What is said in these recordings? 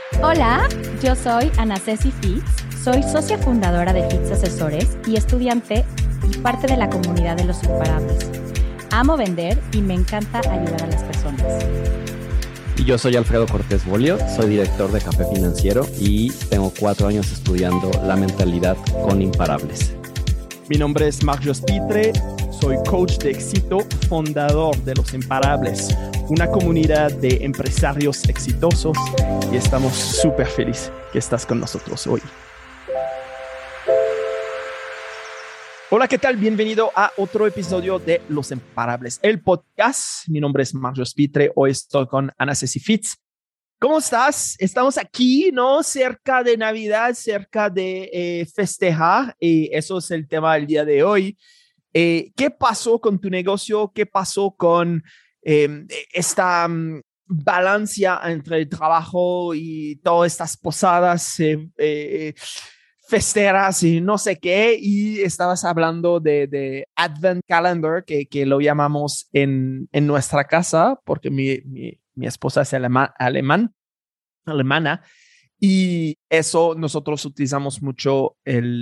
Hola, yo soy Ana Ceci Fitz, soy socia fundadora de Fitz Asesores y estudiante y parte de la comunidad de los imparables. Amo vender y me encanta ayudar a las personas. Y yo soy Alfredo Cortés Bolio, soy director de Café Financiero y tengo 4 años estudiando la mentalidad con imparables. Mi nombre es Mario Spitre, soy coach de éxito, fundador de Los Imparables, una comunidad de empresarios exitosos, y estamos súper felices que estás con nosotros hoy. Hola, ¿qué tal? Bienvenido a otro episodio de Los Imparables, el podcast. Mi nombre es Mario Spitre, hoy estoy con Ana Ceci Fitz. ¿Cómo estás? Estamos aquí, ¿no? Cerca de Navidad, cerca de festejar, y eso es el tema del día de hoy. ¿Qué pasó con tu negocio? ¿Qué pasó con esta balanza entre el trabajo y todas estas posadas festeras y no sé qué? Y estabas hablando de Advent Calendar, que lo llamamos en nuestra casa, porque mi esposa es alemana, y eso nosotros utilizamos mucho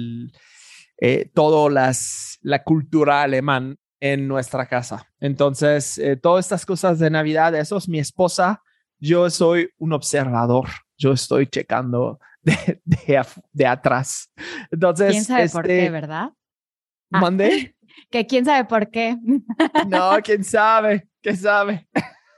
la cultura alemán en nuestra casa. Entonces, todas estas cosas de Navidad, eso es mi esposa. Yo soy un observador. Yo estoy checando de atrás. Entonces, ¿Quién sabe por qué, verdad? ¿Mandé? Que quién sabe por qué. No, quién sabe, quién sabe.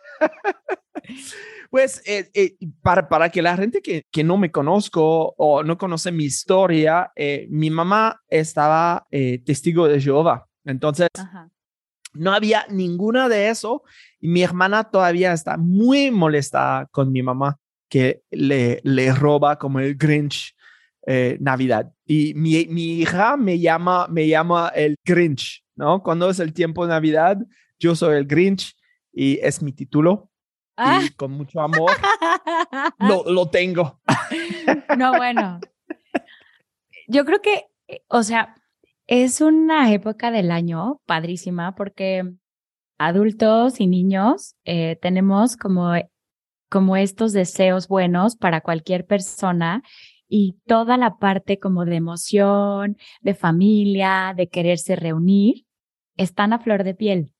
Pues para que la gente que no me conozco o no conoce mi historia, mi mamá estaba testigo de Jehová. Entonces, no había ninguna de eso. Y mi hermana todavía está muy molesta con mi mamá, que le roba como el Grinch Navidad. Y mi hija me llama el Grinch, ¿no? Cuando es el tiempo de Navidad, yo soy el Grinch y es mi título. Y con mucho amor lo tengo. No, bueno. Yo creo que, o sea, es una época del año padrísima porque adultos y niños tenemos como estos deseos buenos para cualquier persona y toda la parte como de emoción, de familia, de quererse reunir, están a flor de piel.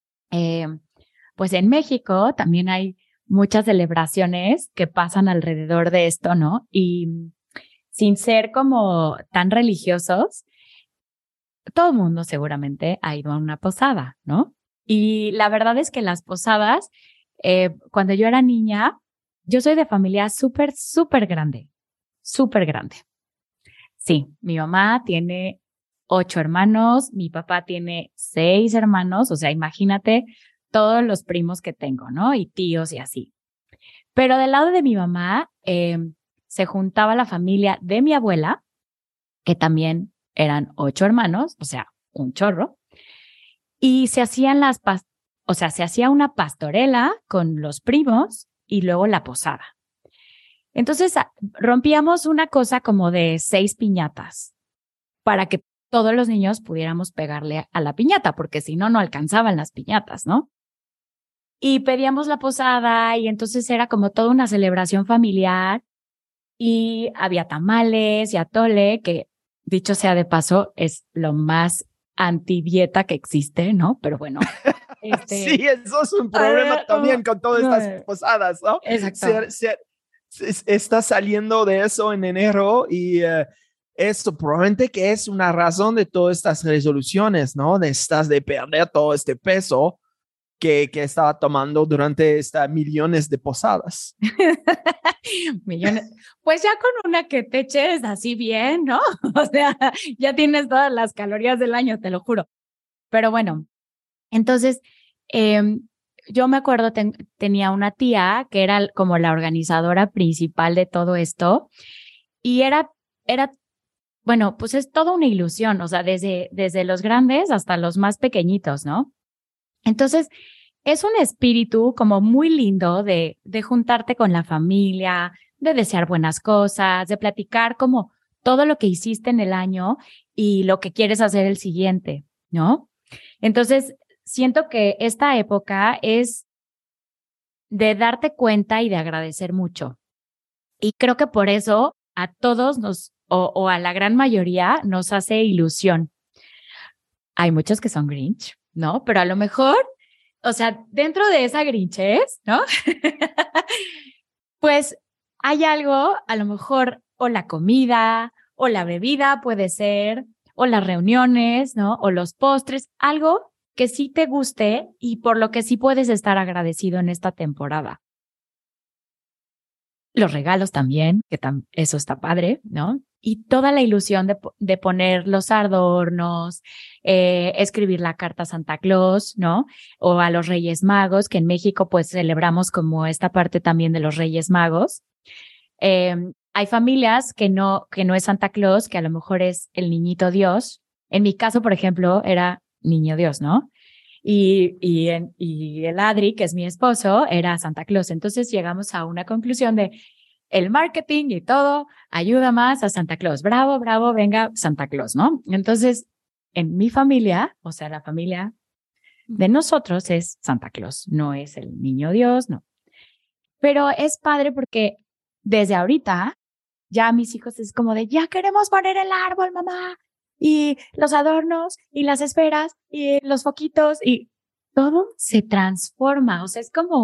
Pues en México también hay muchas celebraciones que pasan alrededor de esto, ¿no? Y sin ser como tan religiosos, todo el mundo seguramente ha ido a una posada, ¿no? Y la verdad es que las posadas, cuando yo era niña, yo soy de familia súper, súper grande, súper grande. Sí, mi mamá tiene 8 hermanos, mi papá tiene 6 hermanos, o sea, imagínate todos los primos que tengo, ¿no? Y tíos y así. Pero del lado de mi mamá, se juntaba la familia de mi abuela, que también eran 8 hermanos, o sea, un chorro, y se hacían se hacía una pastorela con los primos y luego la posada. Entonces, rompíamos una cosa como de 6 piñatas para que todos los niños pudiéramos pegarle a la piñata, porque si no, no alcanzaban las piñatas, ¿no? Y pedíamos la posada y entonces era como toda una celebración familiar y había tamales y atole, que dicho sea de paso, es lo más antidieta que existe, ¿no? Pero bueno. Sí, eso es un problema también con todas estas posadas, ¿no? Exacto. Está saliendo de eso en enero y esto probablemente que es una razón de todas estas resoluciones, ¿no? De perder todo este peso que estaba tomando durante estas millones de posadas. Millones. Pues ya con una que te eches así bien, ¿no? O sea, ya tienes todas las calorías del año, te lo juro. Pero bueno, entonces, yo me acuerdo, tenía una tía que era como la organizadora principal de todo esto y era, bueno, pues es toda una ilusión, o sea, desde los grandes hasta los más pequeñitos, ¿no? Entonces, es un espíritu como muy lindo de juntarte con la familia, de desear buenas cosas, de platicar como todo lo que hiciste en el año y lo que quieres hacer el siguiente, ¿no? Entonces, siento que esta época es de darte cuenta y de agradecer mucho. Y creo que por eso a todos o a la gran mayoría nos hace ilusión. Hay muchos que son Grinch, ¿no? Pero a lo mejor, o sea, dentro de esa Grinchez, ¿no? Pues hay algo, a lo mejor, o la comida, o la bebida puede ser, o las reuniones, ¿no? O los postres, algo que sí te guste y por lo que sí puedes estar agradecido en esta temporada. Los regalos también, que eso está padre, ¿no? Y toda la ilusión de poner los adornos, escribir la carta a Santa Claus, ¿no? O a los Reyes Magos, que en México pues celebramos como esta parte también de los Reyes Magos. Hay familias que no es Santa Claus, que a lo mejor es el niñito Dios. En mi caso, por ejemplo, era niño Dios, ¿no? Y el Adri, que es mi esposo, era Santa Claus. Entonces llegamos a una conclusión de el marketing y todo ayuda más a Santa Claus. Bravo, bravo, venga Santa Claus, ¿no? Entonces, en mi familia, o sea, la familia de nosotros es Santa Claus, no es el niño Dios, no. Pero es padre porque desde ahorita ya mis hijos es como de, ya queremos poner el árbol, mamá. Y los adornos y las esferas y los foquitos y todo se transforma. O sea, es como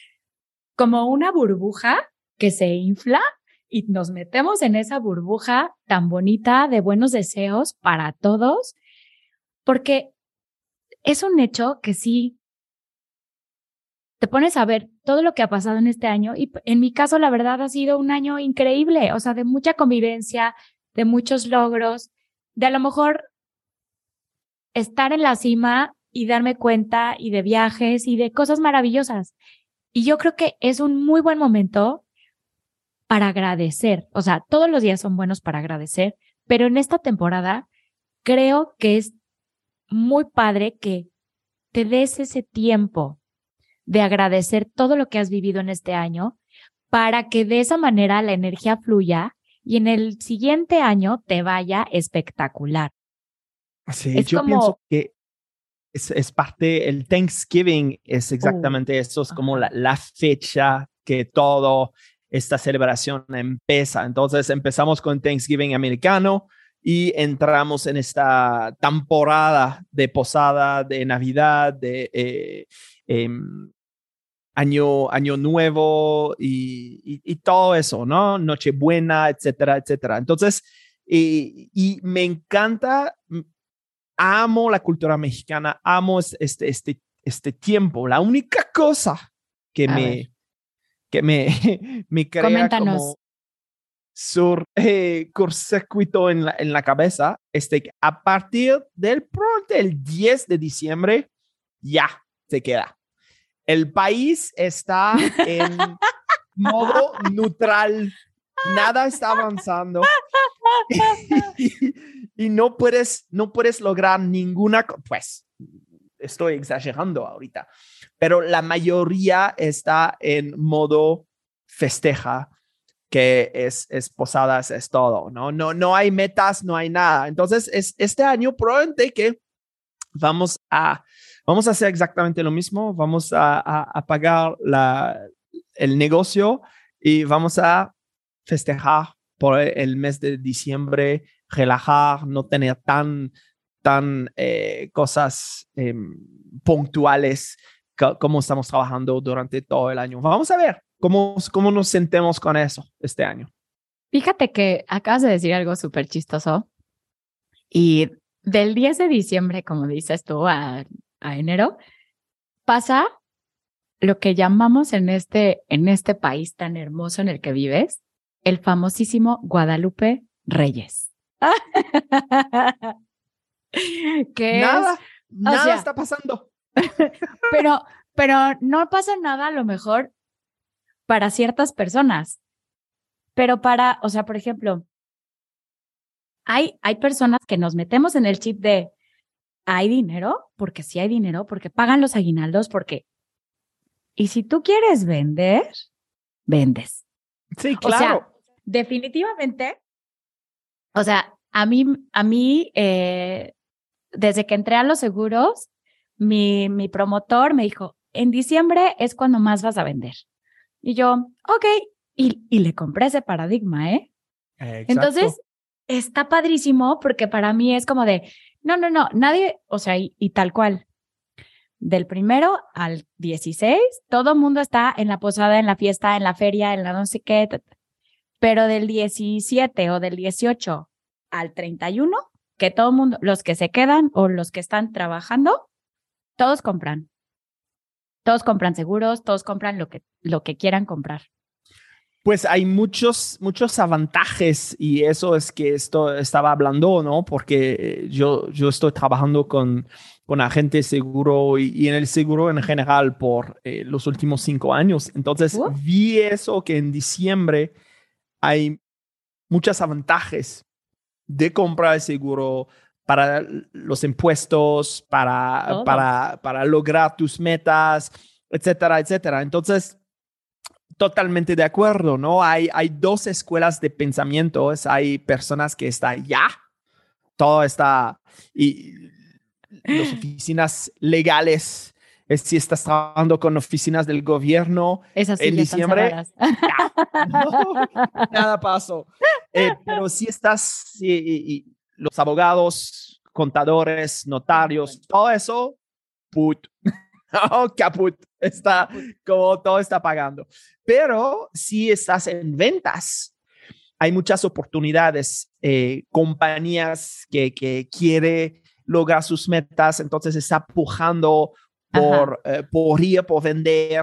una burbuja que se infla y nos metemos en esa burbuja tan bonita de buenos deseos para todos, porque es un hecho que sí te pones a ver todo lo que ha pasado en este año y en mi caso, la verdad, ha sido un año increíble, o sea, de mucha convivencia, de muchos logros, de a lo mejor estar en la cima y darme cuenta y de viajes y de cosas maravillosas. Y yo creo que es un muy buen momento para agradecer. O sea, todos los días son buenos para agradecer, pero en esta temporada creo que es muy padre que te des ese tiempo de agradecer todo lo que has vivido en este año para que de esa manera la energía fluya y en el siguiente año te vaya espectacular. Sí, yo pienso que es parte, el Thanksgiving es exactamente eso, es como la fecha que todo esta celebración empieza. Entonces empezamos con Thanksgiving americano y entramos en esta temporada de posada, de Navidad, de año nuevo y todo eso, ¿no? Nochebuena, etcétera, etcétera. Entonces, y me encanta, amo la cultura mexicana, amo este tiempo. La única cosa que me crea Coméntanos. como cortocircuito en la cabeza, a partir del 10 de diciembre, ya se queda. El país está en modo neutral, nada está avanzando y no puedes lograr ninguna, pues estoy exagerando ahorita, pero la mayoría está en modo festeja, que es posadas, es todo, no hay metas, no hay nada. Entonces este año probablemente que vamos a hacer exactamente lo mismo, vamos a pagar el negocio y vamos a festejar por el mes de diciembre, relajar, no tener tan cosas puntuales como estamos trabajando durante todo el año. Vamos a ver cómo nos sentemos con eso este año. Fíjate que acabas de decir algo súper chistoso y del 10 de diciembre, como dices tú, a enero, pasa lo que llamamos en este país tan hermoso en el que vives, el famosísimo Guadalupe Reyes. Nada está pasando. pero no pasa nada a lo mejor para ciertas personas, pero o sea, por ejemplo, hay personas que nos metemos en el chip de hay dinero, porque sí hay dinero, porque pagan los aguinaldos, porque... Y si tú quieres vender, vendes. Sí, claro. O sea, definitivamente, o sea, a mí, desde que entré a los seguros, mi promotor me dijo, en diciembre es cuando más vas a vender. Y yo, ok, Y le compré ese paradigma, ¿eh? Exacto. Entonces, está padrísimo porque para mí es como de, no, nadie, o sea, y tal cual. Del 1 al 16, todo el mundo está en la posada, en la fiesta, en la feria, en la no sé qué, pero del 17 o del 18 al 31, que todo el mundo, los que se quedan o los que están trabajando, todos compran. Todos compran seguros, todos compran lo que quieran comprar. Pues hay muchos avantajes y eso es que esto estaba hablando, ¿no? Porque yo estoy trabajando con agentes seguro y en el seguro en general por los últimos 5 años. Entonces vi eso que en diciembre hay muchos avantajes de comprar el seguro para los impuestos, para lograr tus metas, etcétera, etcétera. Entonces, totalmente de acuerdo, ¿no? Hay 2 escuelas de pensamiento. Hay personas que están todo está, y las oficinas legales, si estás trabajando con oficinas del gobierno esas sí en diciembre, no, nada pasó. Pero si estás, y los abogados, contadores, notarios, todo eso, put. Oh, caput, está como todo está pagando. Pero si estás en ventas, hay muchas oportunidades, compañías que quiere lograr sus metas, entonces está pujando por vender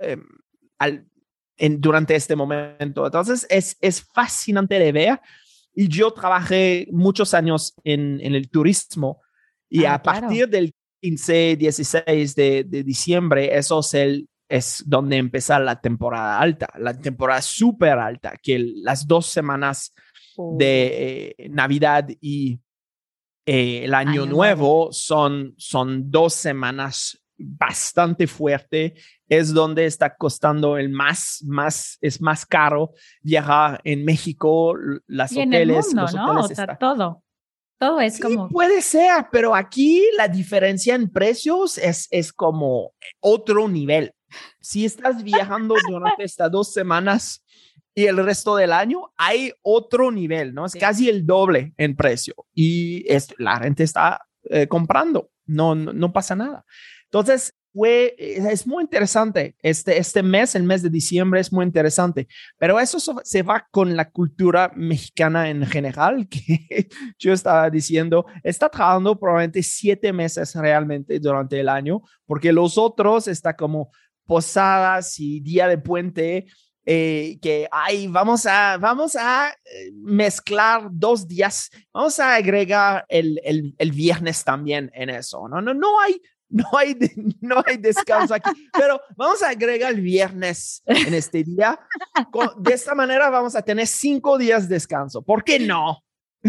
durante este momento. Entonces es fascinante de ver. Y yo trabajé muchos años en el turismo y a partir del 15, 16 de diciembre, eso es donde empieza la temporada alta, la temporada súper alta, que las 2 semanas de Navidad y el Año Nuevo son 2 semanas bastante fuerte. Es donde está costando es más caro viajar en México, los y hoteles. En el mundo, los ¿no? hoteles O sea, todo es sí, como... puede ser, pero aquí la diferencia en precios es como otro nivel. Si estás viajando durante estas 2 semanas y el resto del año, hay otro nivel, ¿no? Es casi el doble en precio y la gente está comprando, no pasa nada. Entonces, es muy interesante. Este mes, el mes de diciembre, es muy interesante. Pero eso se va con la cultura mexicana en general, que yo estaba diciendo, está trabajando probablemente 7 meses realmente durante el año, porque los otros está como posadas y día de puente. Que vamos a mezclar 2 días, vamos a agregar el viernes también en eso. No hay descanso aquí, pero vamos a agregar el viernes en este día. De esta manera vamos a tener 5 días de descanso. ¿Por qué no?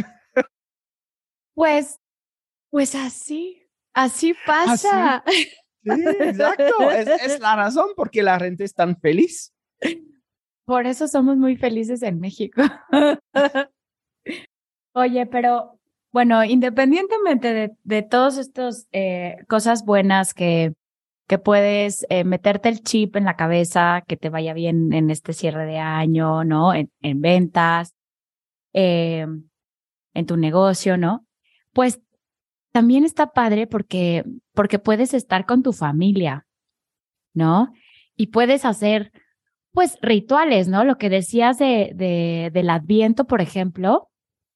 Pues así pasa. ¿Así? Sí, exacto. Es la razón por qué la gente es tan feliz. Por eso somos muy felices en México. Oye, pero bueno, independientemente de todas estas cosas buenas que puedes meterte el chip en la cabeza, que te vaya bien en este cierre de año, ¿no? En ventas, en tu negocio, ¿no? Pues también está padre porque puedes estar con tu familia, ¿no? Y puedes hacer pues rituales, ¿no? Lo que decías del Adviento, por ejemplo,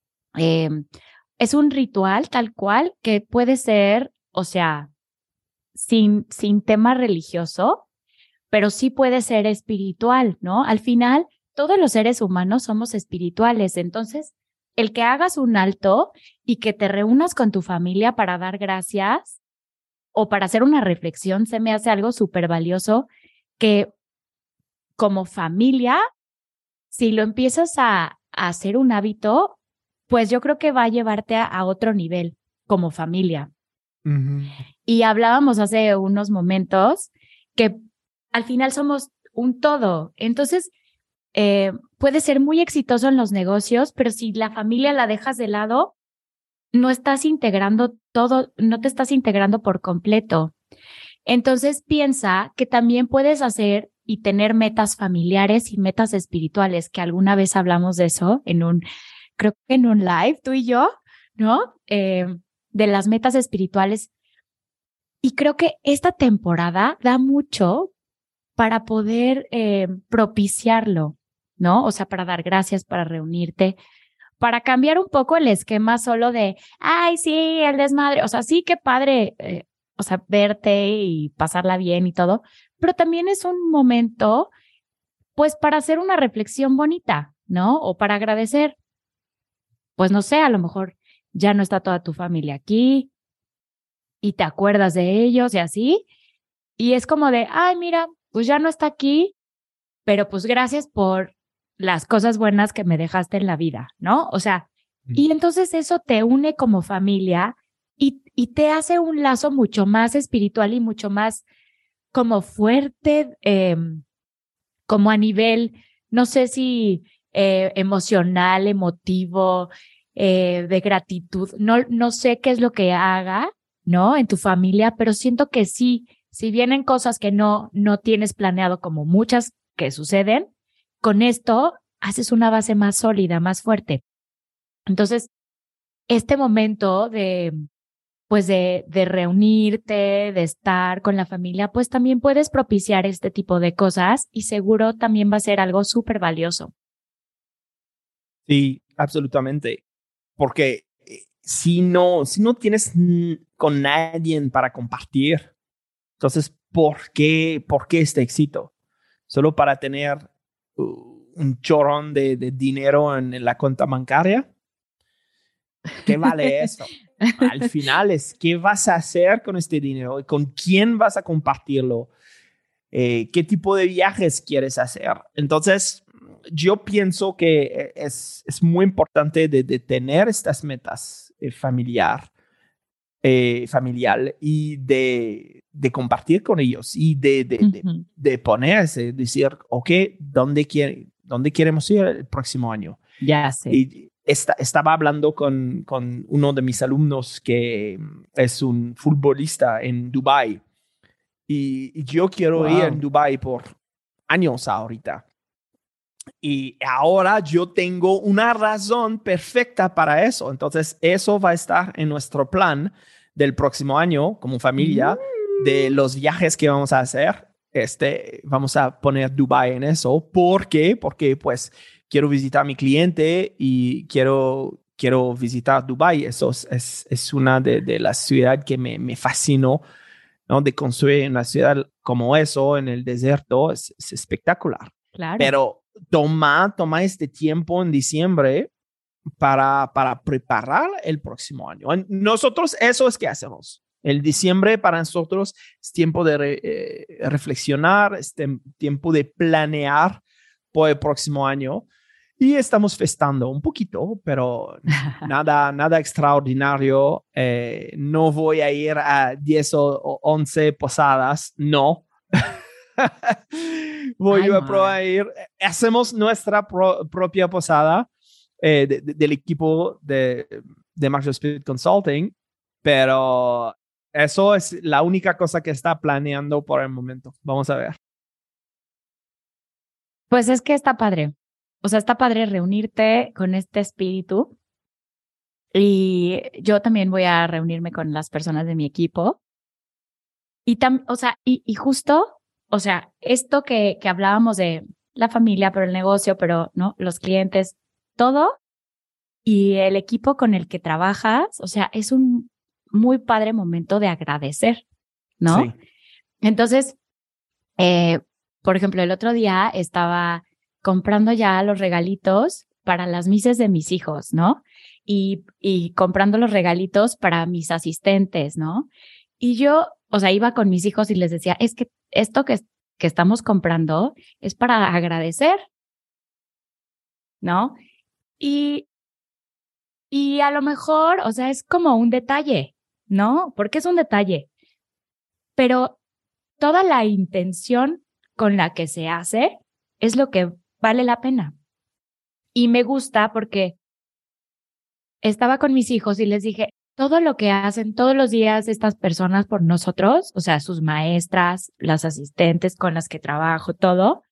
es un ritual tal cual que puede ser, o sea, sin tema religioso, pero sí puede ser espiritual, ¿no? Al final, todos los seres humanos somos espirituales, entonces, el que hagas un alto y que te reúnas con tu familia para dar gracias o para hacer una reflexión, se me hace algo súper valioso que como familia, si lo empiezas a hacer un hábito, pues yo creo que va a llevarte a otro nivel como familia. Uh-huh. Y hablábamos hace unos momentos que al final somos un todo. Entonces, puedes ser muy exitoso en los negocios, pero si la familia la dejas de lado, no estás integrando todo, no te estás integrando por completo. Entonces, piensa que también puedes hacer y tener metas familiares y metas espirituales, que alguna vez hablamos de eso creo que en un live, tú y yo, ¿no? De las metas espirituales. Y creo que esta temporada da mucho para poder propiciarlo, ¿no? O sea, para dar gracias, para reunirte, para cambiar un poco el esquema solo de, ay, sí, el desmadre. O sea, sí, qué padre, o sea, verte y pasarla bien y todo, pero también es un momento, pues, para hacer una reflexión bonita, ¿no? O para agradecer, pues, no sé, a lo mejor ya no está toda tu familia aquí y te acuerdas de ellos y así, y es como de, ay, mira, pues ya no está aquí, pero pues gracias por las cosas buenas que me dejaste en la vida, ¿no? O sea, y entonces eso te une como familia y te hace un lazo mucho más espiritual y mucho más como fuerte, como a nivel, no sé si emocional, emotivo, de gratitud. No sé qué es lo que haga, ¿no? En tu familia, pero siento que sí, si vienen cosas que no tienes planeado, como muchas que suceden, con esto haces una base más sólida, más fuerte. Entonces, este momento pues de reunirte, de estar con la familia, pues también puedes propiciar este tipo de cosas y seguro también va a ser algo súper valioso. Sí, absolutamente. Porque si no tienes con nadie para compartir, entonces, ¿por qué este éxito? ¿Solo para tener un chorrón de dinero en la cuenta bancaria? ¿Qué vale eso? Al final es, ¿qué vas a hacer con este dinero? ¿Con quién vas a compartirlo? ¿Qué tipo de viajes quieres hacer? Entonces, yo pienso que es muy importante de tener estas metas familiar y de compartir con ellos y de ponerse, decir, ok, ¿dónde queremos ir el próximo año? Ya sé. Y estaba hablando con uno de mis alumnos que es un futbolista en Dubái y yo quiero ir en Dubái por años ahorita. Y ahora yo tengo una razón perfecta para eso. Entonces, eso va a estar en nuestro plan del próximo año como familia, de los viajes que vamos a hacer. Vamos a poner Dubái en eso. ¿Por qué? Porque pues quiero visitar a mi cliente y quiero visitar Dubái. Eso es una de las ciudades que me fascinó, ¿no? De construir una ciudad como eso en el desierto es espectacular. Claro. Pero toma este tiempo en diciembre para preparar el próximo año. Nosotros eso es que hacemos. El diciembre para nosotros es tiempo de reflexionar, es tiempo de planear por el próximo año. Y estamos festando un poquito, pero nada extraordinario. No voy a ir a 10 o 11 posadas, no. Voy a probar ir. Hacemos nuestra propia posada del equipo de Marshall Spirit Consulting, pero eso es la única cosa que está planeando por el momento. Vamos a ver. Pues es que está padre. O sea, está padre reunirte con este espíritu. Y yo también voy a reunirme con las personas de mi equipo. O sea, y justo, o sea, esto que hablábamos de la familia, pero el negocio, pero no, los clientes, todo, y el equipo con el que trabajas, o sea, es un muy padre momento de agradecer, ¿no? Sí. Entonces, por ejemplo, el otro día estaba comprando ya los regalitos para las mises de mis hijos, ¿no? Y comprando los regalitos para mis asistentes, ¿no? Y yo, o sea, iba con mis hijos y les decía, es que esto que estamos comprando es para agradecer, ¿no? Y a lo mejor, o sea, es como un detalle, ¿no? Porque es un detalle. Pero toda la intención con la que se hace es lo que vale la pena. Y me gusta porque estaba con mis hijos y les dije, todo lo que hacen todos los días estas personas por nosotros, o sea, sus maestras, las asistentes con las que trabajo, todo,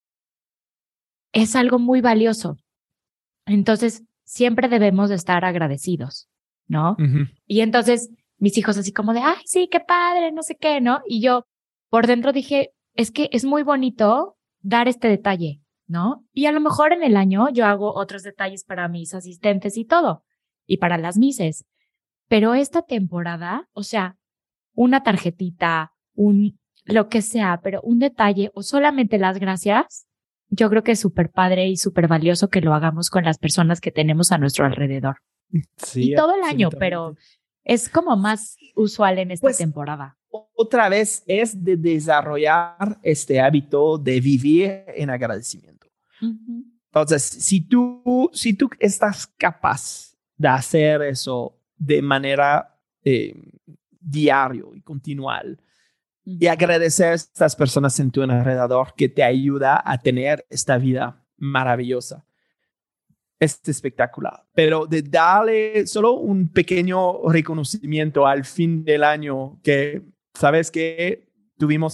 es algo muy valioso. Entonces, siempre debemos de estar agradecidos, ¿no? Ujú. Y entonces, mis hijos así como de, ay, sí, qué padre, no sé qué, ¿no? Y yo por dentro dije, es que es muy bonito dar este detalle, ¿no? Y a lo mejor en el año yo hago otros detalles para mis asistentes y todo, y para las mises. Pero esta temporada, o sea, una tarjetita, lo que sea, pero un detalle o solamente las gracias, yo creo que es súper padre y súper valioso que lo hagamos con las personas que tenemos a nuestro alrededor. Sí, Y todo el año, absolutamente. pero es como más usual en esta Pues, temporada. otra vez es de desarrollar este hábito de vivir en agradecimiento. Uh-huh. Entonces, si tú estás capaz de hacer eso de manera diario y continual, y agradecer a estas personas en tu alrededor que te ayuda a tener esta vida maravillosa. Es espectacular, pero de darle solo un pequeño reconocimiento al fin del año, que sabes que tuvimos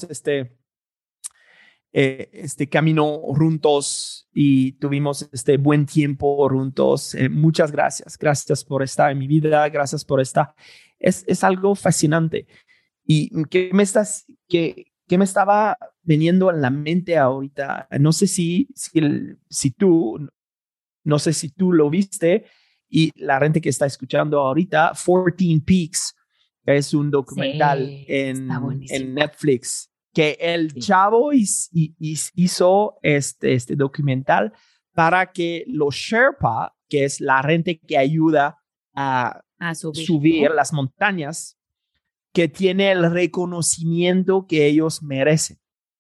este camino juntos y tuvimos este buen tiempo juntos. Muchas gracias. Gracias por estar en mi vida. Gracias por estar. Es algo fascinante. ¿Y qué me estaba veniendo en la mente ahorita? No sé no sé si tú lo viste y la gente que está escuchando ahorita, 14 Peaks es un documental Sí, está buenísimo. en Netflix que el Sí. chavo hizo este documental para que los Sherpa, que es la gente que ayuda a subir, ¿no?, las montañas, que tiene el reconocimiento que ellos merecen.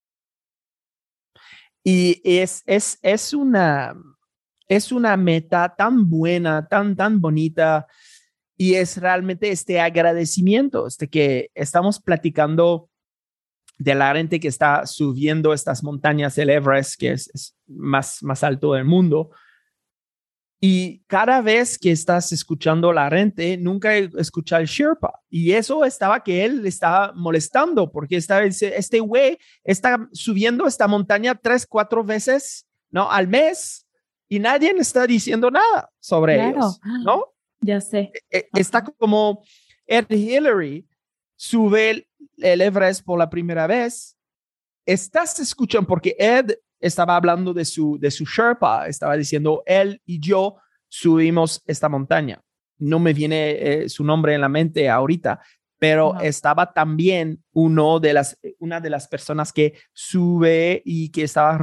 Y es una meta tan buena, tan bonita, y es realmente este agradecimiento, que estamos platicando de la gente que está subiendo estas montañas del Everest, que es más alto del mundo. Y cada vez que estás escuchando la gente, nunca escucha el Sherpa. Y eso estaba que él estaba molestando, porque este güey está subiendo esta montaña 3, 4 veces, ¿no?, al mes, y nadie le está diciendo nada sobre ellos, ¿no? Ya sé. Está como Ed Hillary sube el Everest por la primera vez. Estás escuchando, porque Ed estaba hablando de su Sherpa, estaba diciendo, él y yo subimos esta montaña. No me viene su nombre en la mente ahorita, pero estaba también una de las personas que sube y que estaba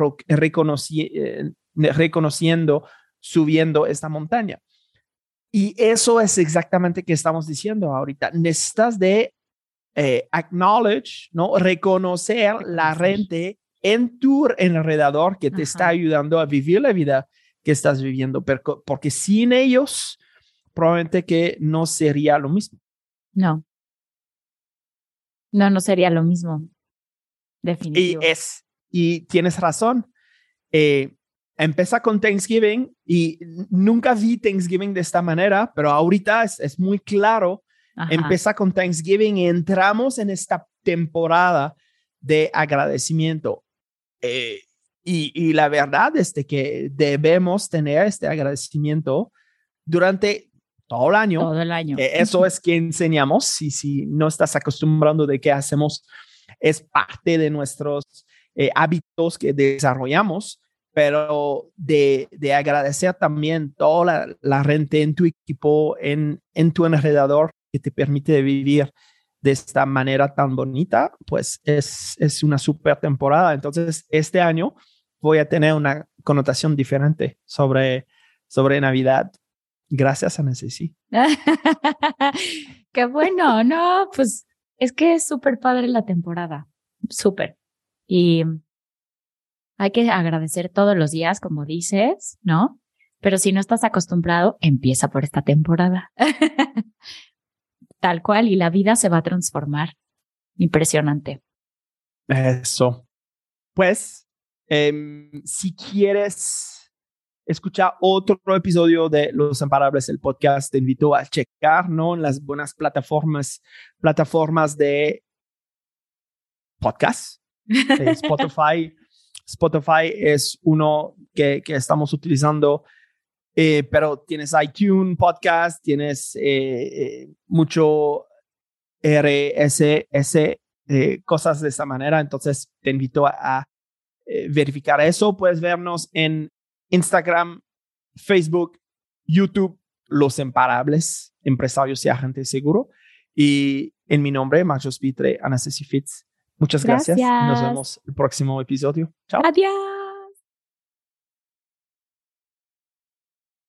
reconociendo, subiendo esta montaña. Y eso es exactamente que estamos diciendo ahorita. Necesitas de acknowledge, ¿no?, reconocer la gente en tu alrededor que te está ayudando a vivir la vida que estás viviendo, porque sin ellos probablemente que no sería lo mismo. No sería lo mismo. Definitivo. Y tienes razón. Empieza con Thanksgiving y nunca vi Thanksgiving de esta manera, pero ahorita es muy claro. Empieza con Thanksgiving y entramos en esta temporada de agradecimiento. Y la verdad es que debemos tener este agradecimiento durante todo el año. Todo el año. Eso es que enseñamos. Y si no estás acostumbrando de qué hacemos, es parte de nuestros hábitos que desarrollamos, pero de agradecer también toda la gente en tu equipo, en tu alrededor, que te permite vivir de esta manera tan bonita, pues es una super temporada. Entonces, este año voy a tener una connotación diferente sobre Navidad. Gracias a Necesi. Qué bueno, no, pues es que es súper padre la temporada, súper. Y hay que agradecer todos los días, como dices, ¿no? Pero si no estás acostumbrado, empieza por esta temporada. Tal cual, y la vida se va a transformar. Impresionante. Eso. Pues, si quieres escucha otro episodio de Los Imparables, el podcast. Te invito a checar, ¿no? En las buenas plataformas de podcast. Spotify es uno que estamos utilizando, pero tienes iTunes Podcast, tienes mucho RSS, cosas de esa manera. Entonces te invito a verificar eso. Puedes vernos en Instagram, Facebook, YouTube, Los Imparables, Empresarios y Agentes Seguro. Y en mi nombre, Marcos Pitre, Anastasia Fitz. Muchas gracias. Nos vemos el próximo episodio. Chao. Adiós.